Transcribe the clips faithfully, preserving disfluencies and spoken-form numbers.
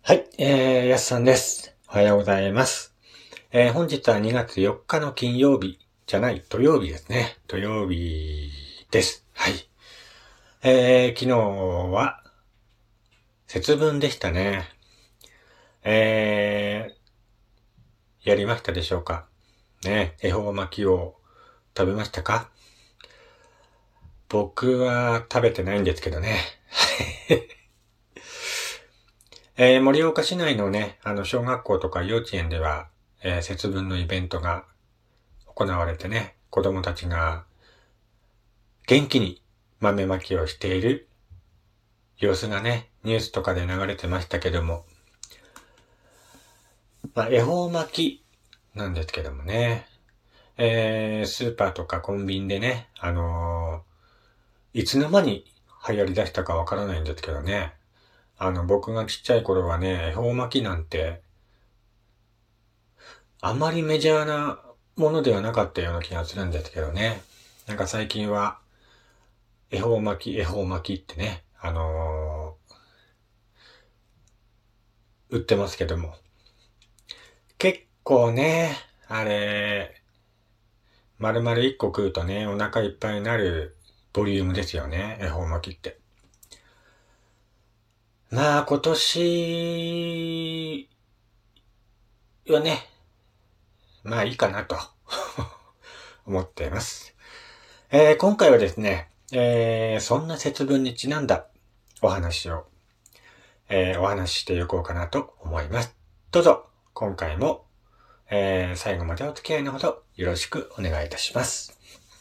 はい、えー、やすさんです。おはようございます。えー、本日はにがつよっかの金曜日じゃない、土曜日ですね。土曜日です。はい。えー、昨日は節分でしたね。えー、やりましたでしょうかね、恵方巻きを食べましたか？僕は食べてないんですけどね。えー、盛岡市内のね、あの、小学校とか幼稚園では、えー、節分のイベントが行われてね、子供たちが元気に豆まきをしている様子がね、ニュースとかで流れてましたけども、まあ、恵方巻きなんですけどもね、えー、スーパーとかコンビニでね、あのー、いつの間に流行り出したかわからないんですけどね、あの、僕がちっちゃい頃はね、恵方巻きなんて、あまりメジャーなものではなかったような気がするんですけどね。なんか最近は、恵方巻き、恵方巻きってね、あのー、売ってますけども。結構ね、あれ、丸々一個食うとね、お腹いっぱいになるボリュームですよね、恵方巻きって。まあ今年はね、まあいいかなと思っています。えー、今回はですね、えー、そんな節分にちなんだお話を、えー、お話ししていこうかなと思います。どうぞ、今回も、えー、最後までお付き合いのほどよろしくお願いいたします。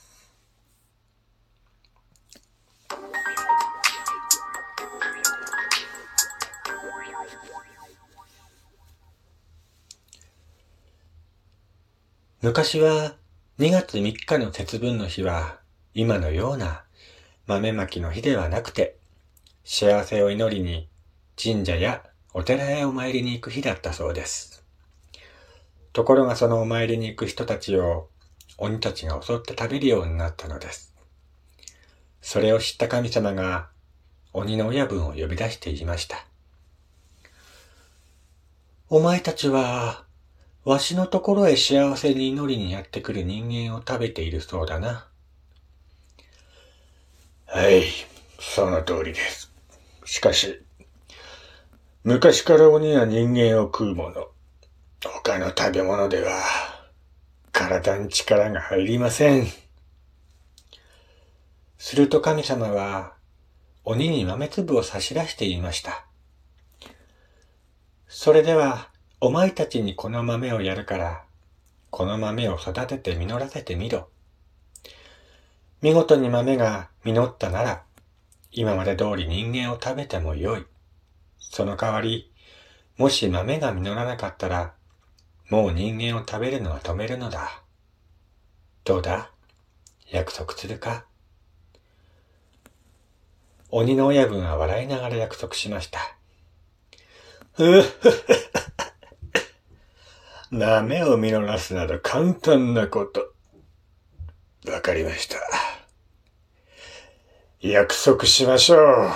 昔はにがつみっかの節分の日は今のような豆まきの日ではなくて、幸せを祈りに神社やお寺へお参りに行く日だったそうです。ところがそのお参りに行く人たちを鬼たちが襲って食べるようになったのです。それを知った神様が鬼の親分を呼び出して言いました。お前たちはわしのところへ幸せに祈りにやってくる人間を食べているそうだな。はい、その通りです。しかし、昔から鬼は人間を食うもの。他の食べ物では、体に力が入りません。すると神様は、鬼に豆粒を差し出して言いました。それでは、お前たちにこの豆をやるから、この豆を育てて実らせてみろ。見事に豆が実ったなら、今まで通り人間を食べてもよい。その代わり、もし豆が実らなかったら、もう人間を食べるのは止めるのだ。どうだ？約束するか？鬼の親分は笑いながら約束しました。ふふ豆を実らすなど簡単なこと。わかりました。約束しましょう。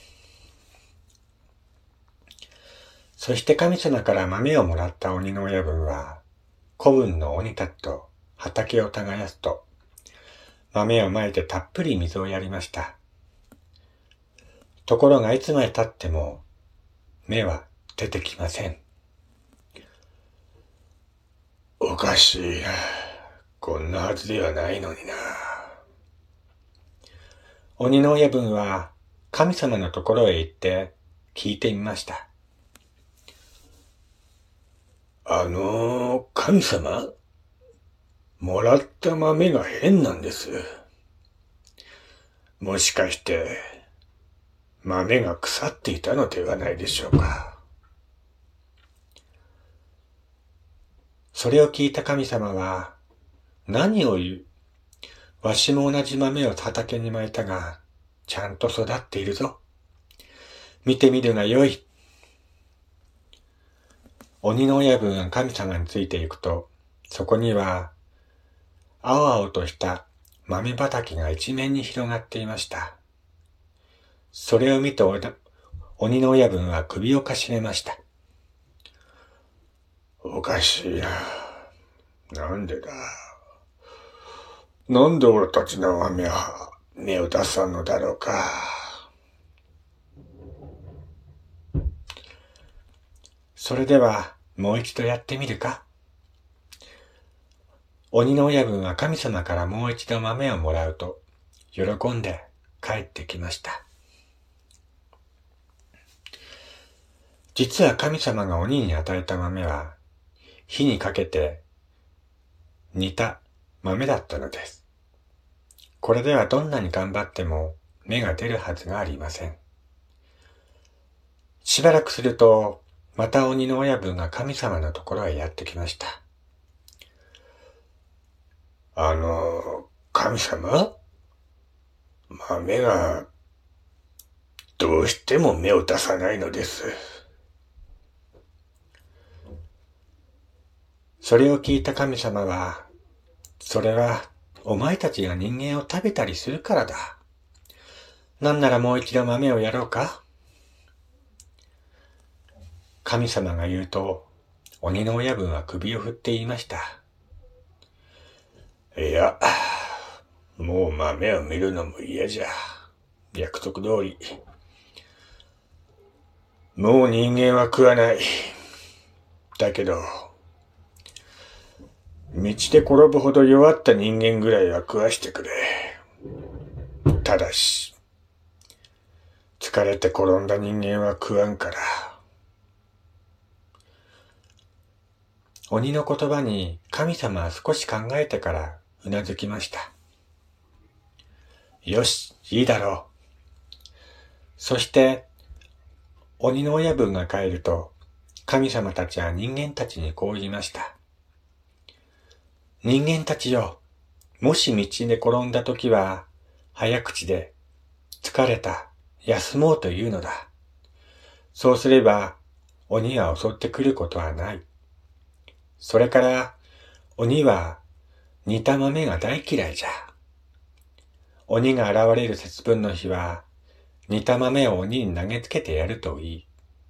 そして神様から豆をもらった鬼の親分は、子分の鬼たちと畑を耕すと、豆をまいてたっぷり水をやりました。ところがいつまで経っても、芽は出てきません。おかしいな。こんなはずではないのにな。鬼の親分は神様のところへ行って聞いてみました。あのー、神様？もらった豆が変なんです。もしかして、豆が腐っていたのではないでしょうか。それを聞いた神様は、何を言う？わしも同じ豆を畑にまいたが、ちゃんと育っているぞ。見てみるがよい。鬼の親分が神様についていくと、そこには、青々とした豆畑が一面に広がっていました。それを見て鬼の親分は首をかしげました。 かしいな。なんでだ。なんで俺たちの豆は芽を出さんのだろうか。それではもう一度やってみるか。鬼の親分は神様からもう一度豆をもらうと、喜んで帰ってきました。実は神様が鬼に与えた豆は、火にかけて煮た豆だったのです。これではどんなに頑張っても芽が出るはずがありません。しばらくすると、また鬼の親分が神様のところへやってきました。あの、神様？豆が、どうしても芽を出さないのです。それを聞いた神様は、それはお前たちが人間を食べたりするからだ。なんならもう一度豆をやろうか？神様が言うと、鬼の親分は首を振って言いました。いや、もう豆を見るのも嫌じゃ。約束通り。もう人間は食わない。だけど、道で転ぶほど弱った人間ぐらいは食わしてくれ。ただし、疲れて転んだ人間は食わんから。鬼の言葉に神様は少し考えてからうなずきました。よし、いいだろう。そして、鬼の親分が帰ると、神様たちは人間たちにこう言いました。人間たちよ、もし道で転んだときは、早口で、疲れた、休もうというのだ。そうすれば、鬼は襲ってくることはない。それから、鬼は煮た豆が大嫌いじゃ。鬼が現れる節分の日は、煮た豆を鬼に投げつけてやるといい。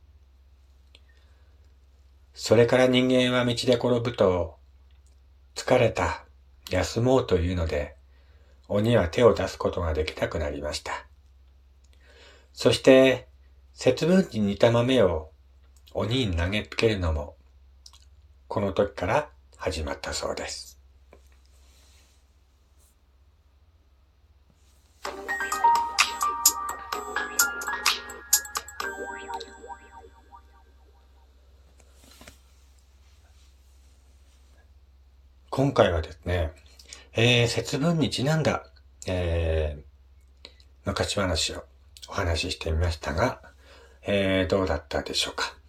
それから人間は道で転ぶと、疲れた、休もうというので、鬼は手を出すことができなくなりました。そして、節分に煮た豆を鬼に投げつけるのも、この時から始まったそうです。今回はですね、えー、節分にちなんだ、えー、昔話をお話ししてみましたが、えー、どうだったでしょうか。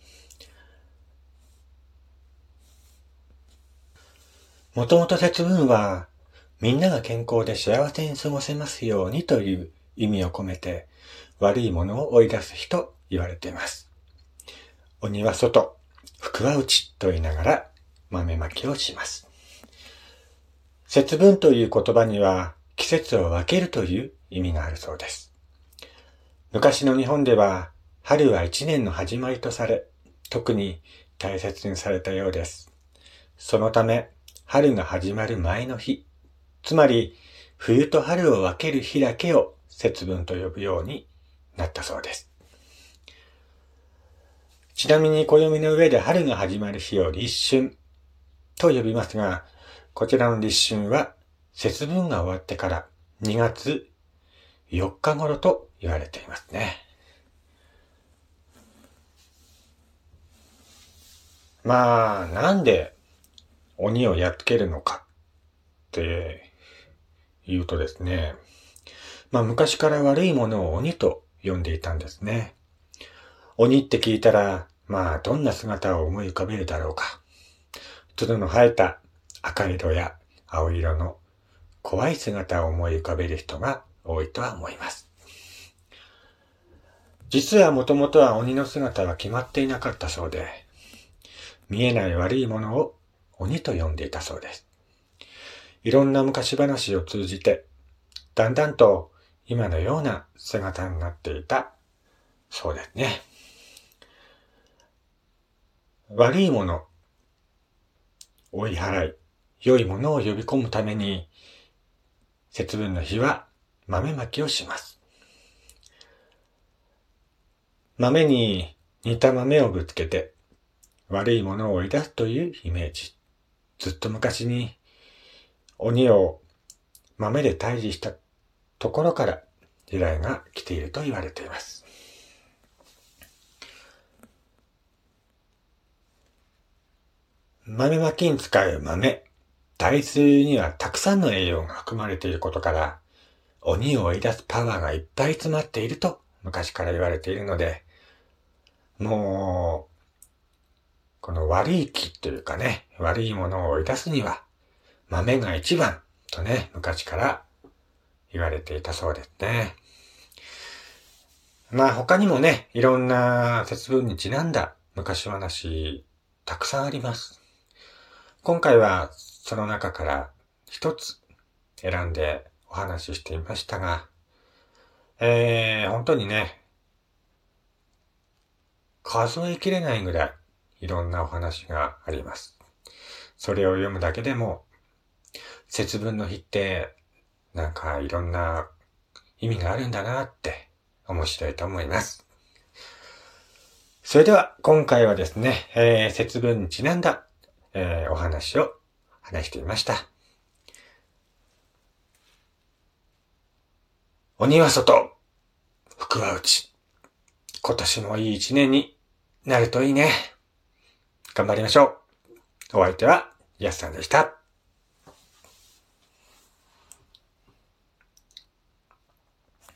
もともと節分は、みんなが健康で幸せに過ごせますようにという意味を込めて、悪いものを追い出す日と言われています。鬼は外、福は内と言いながら豆まきをします。節分という言葉には季節を分けるという意味があるそうです。昔の日本では春は一年の始まりとされ、特に大切にされたようです。そのため、春が始まる前の日、つまり冬と春を分ける日だけを節分と呼ぶようになったそうです。ちなみに暦の上で春が始まる日を立春と呼びますが、こちらの立春は節分が終わってからにがつよっか頃と言われていますね。まあ、なんで鬼をやっつけるのかって言うとですね、まあ昔から悪いものを鬼と呼んでいたんですね。鬼って聞いたら、まあどんな姿を思い浮かべるだろうか。角の生えた赤色や青色の怖い姿を思い浮かべる人が多いとは思います。実はもともとは鬼の姿は決まっていなかったそうで、見えない悪いものを鬼と呼んでいたそうです。いろんな昔話を通じて、だんだんと今のような姿になっていたそうですね。悪いもの追い払い、良いものを呼び込むために、節分の日は豆まきをします。豆に煮た豆をぶつけて、悪いものを追い出すというイメージ。ずっと昔に鬼を豆で退治したところから由来が来ていると言われています。豆まきに使う豆、大豆にはたくさんの栄養が含まれていることから、鬼を追い出すパワーがいっぱい詰まっていると昔から言われているので、もう、この悪い気というかね、悪いものを追い出すには、豆が一番とね、昔から言われていたそうですね。まあ他にもね、いろんな節分にちなんだ昔話、たくさんあります。今回はその中から一つ選んでお話ししてみましたが、えー、本当にね、数えきれないぐらいいろんなお話があります。それを読むだけでも、節分の日ってなんかいろんな意味があるんだなって面白いと思います。それでは今回はですね、えー、節分にちなんだ、えー、お話を話してみました。鬼は外、福は内。今年もいい一年になるといいね。頑張りましょう。お相手はやすさんでした。